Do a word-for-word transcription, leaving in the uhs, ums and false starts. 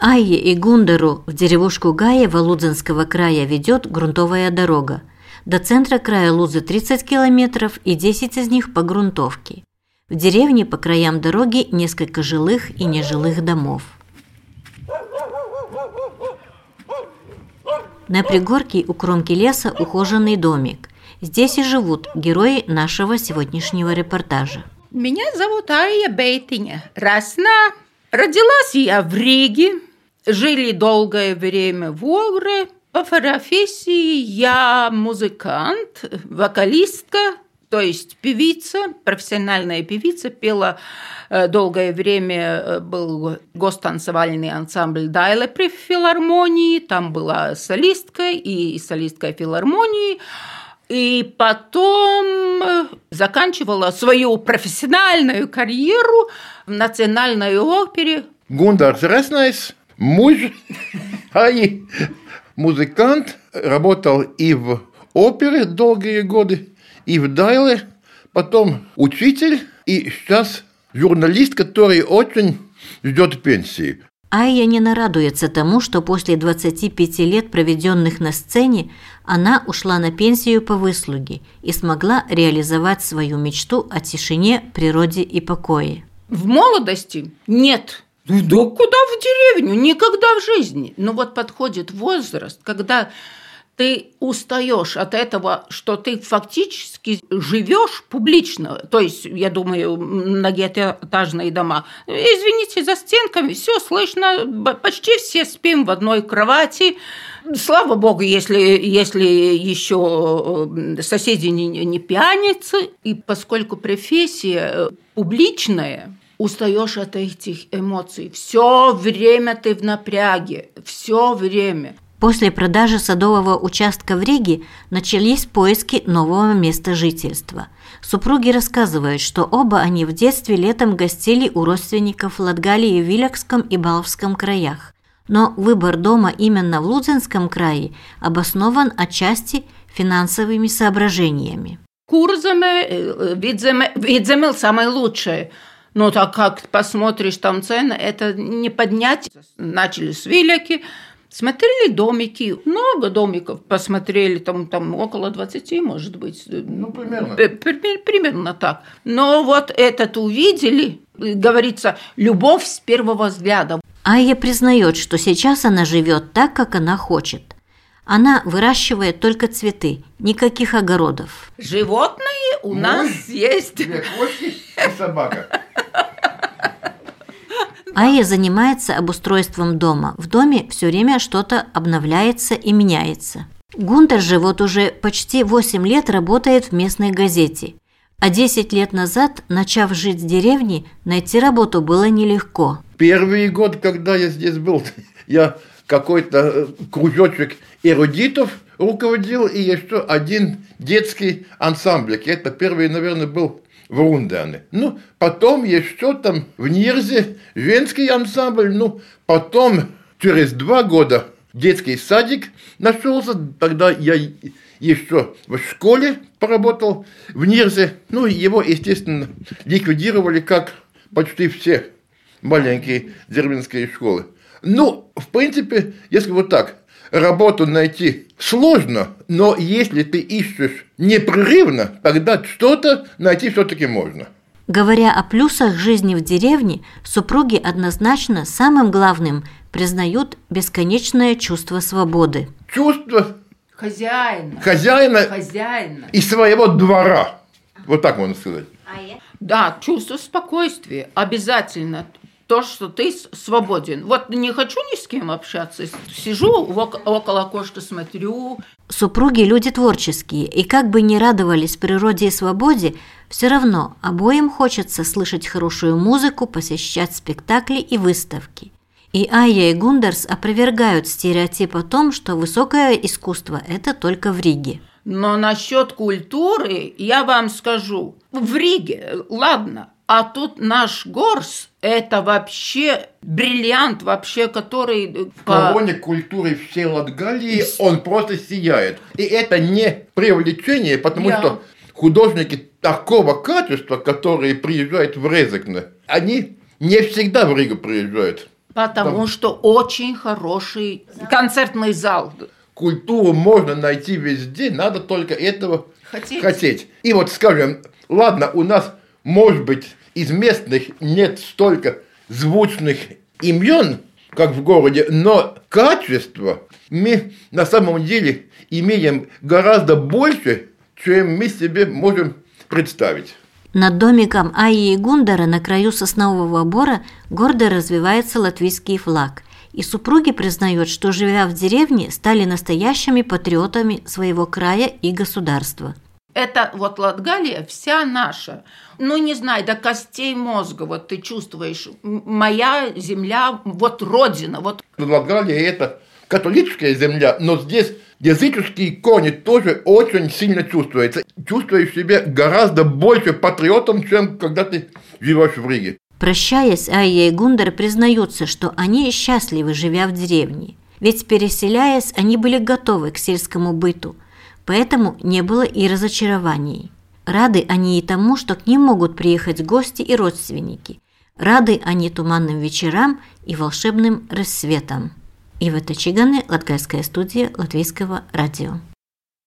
Айе и Гундару в деревушку Гаево Лудзенского края ведет грунтовая дорога. До центра края Лузы тридцать километров и десять из них по грунтовке. В деревне по краям дороги несколько жилых и нежилых домов. На пригорке у кромки леса ухоженный домик. Здесь и живут герои нашего сегодняшнего репортажа. Меня зовут Айя Бейтиня. Расна. Родилась я в Риге. Жили долгое время в Огре. По профессии я музыкант, вокалистка, то есть певица, профессиональная певица. Пела долгое время, был гостанцевальный ансамбль «Дайле» при филармонии. Там была солистка и солистка филармонии. И потом заканчивала свою профессиональную карьеру в Национальной опере. Гундарс Реснайс, муж, Аи, музыкант, работал и в опере долгие годы, и в Дайле, потом учитель, и сейчас журналист, который очень ждет пенсии. Айя не нарадуется тому, что после двадцати пяти лет, проведенных на сцене, она ушла на пенсию по выслуге и смогла реализовать свою мечту о тишине, природе и покое. В молодости нет. Да куда в деревню? Никогда в жизни. Но вот подходит возраст, когда ты устаешь от этого, что ты фактически живешь публично. То есть, я думаю, многоэтажные дома. Извините, за стенками все слышно, почти все спим в одной кровати. Слава богу, если, если еще соседи не, не пьяницы. И поскольку профессия публичная, устаешь от этих эмоций. Все время ты в напряге, все время. После продажи садового участка в Риге начались поиски нового места жительства. Супруги рассказывают, что оба они в детстве летом гостили у родственников в Латгалии, Вилекском и Балвском краях. Но выбор дома именно в Лудзенском крае обоснован отчасти финансовыми соображениями. Курземе, Видземел самое лучшее. Но так как посмотришь там цены, это не поднять. Начали с Вилеки. Смотрели домики, много домиков посмотрели, там, там около двадцати, может быть. Ну, примерно. Примерно так. Но вот этот увидели, говорится, любовь с первого взгляда. Айя признает, что сейчас она живет так, как она хочет. Она выращивает только цветы, никаких огородов. Животные у Мой, нас есть. Две кошки и собака. Айя занимается обустройством дома. В доме все время что-то обновляется и меняется. Гундар же вот уже почти восемь лет работает в местной газете. А десять лет назад, начав жить в деревне, найти работу было нелегко. Первый год, когда я здесь был, я какой-то кружочек эрудитов руководил, и еще один детский ансамблик. Это первый, наверное, был в Рундане. Ну, потом еще там в Нирзе женский ансамбль. Ну, потом через два года детский садик нашелся. Тогда я еще в школе поработал в Нирзе. Ну, его, естественно, ликвидировали, как почти все маленькие деревенские школы. Ну, в принципе, если вот так, работу найти сложно, но если ты ищешь непрерывно, тогда что-то найти все-таки можно. Говоря о плюсах жизни в деревне, супруги однозначно самым главным признают бесконечное чувство свободы. Чувство хозяина, хозяина, хозяина. И своего двора. Вот так можно сказать. Да, чувство спокойствия обязательно. То, что ты свободен. Вот не хочу ни с кем общаться, сижу около окошка, смотрю. Супруги люди творческие, и как бы ни радовались природе и свободе, все равно обоим хочется слышать хорошую музыку, посещать спектакли и выставки. И Айя и Гундарс опровергают стереотип о том, что высокое искусство – это только в Риге. Но насчет культуры я вам скажу. В Риге, ладно, а тут наш Горс – это вообще бриллиант, вообще, который… В короне культуры всей Латгалии он просто сияет. И это не преувеличение, потому Я... что художники такого качества, которые приезжают в Резекне, они не всегда в Ригу приезжают. Потому Там... что очень хороший концертный зал. Культуру можно найти везде, надо только этого хотеть. хотеть. И вот скажем, ладно, у нас, может быть, из местных нет столько звучных имен, как в городе, но качество мы на самом деле имеем гораздо больше, чем мы себе можем представить. Над домиком Аи и Гундара на краю соснового бора гордо развивается латвийский флаг. И супруги признают, что, живя в деревне, стали настоящими патриотами своего края и государства. Это вот Латгалия вся наша. Ну, не знаю, до костей мозга. Вот ты чувствуешь, моя земля, вот родина. Вот. Латгалия – это католическая земля, но здесь языческие корни тоже очень сильно чувствуются. Чувствуешь себя гораздо больше патриотом, чем когда ты живешь в Риге. Прощаясь, Айя и Гундар признаются, что они счастливы, живя в деревне. Ведь, переселяясь, они были готовы к сельскому быту, поэтому не было и разочарований. Рады они и тому, что к ним могут приехать гости и родственники. Рады они туманным вечерам и волшебным рассветам. Ива Тачигане, Латгальская студия Латвийского радио.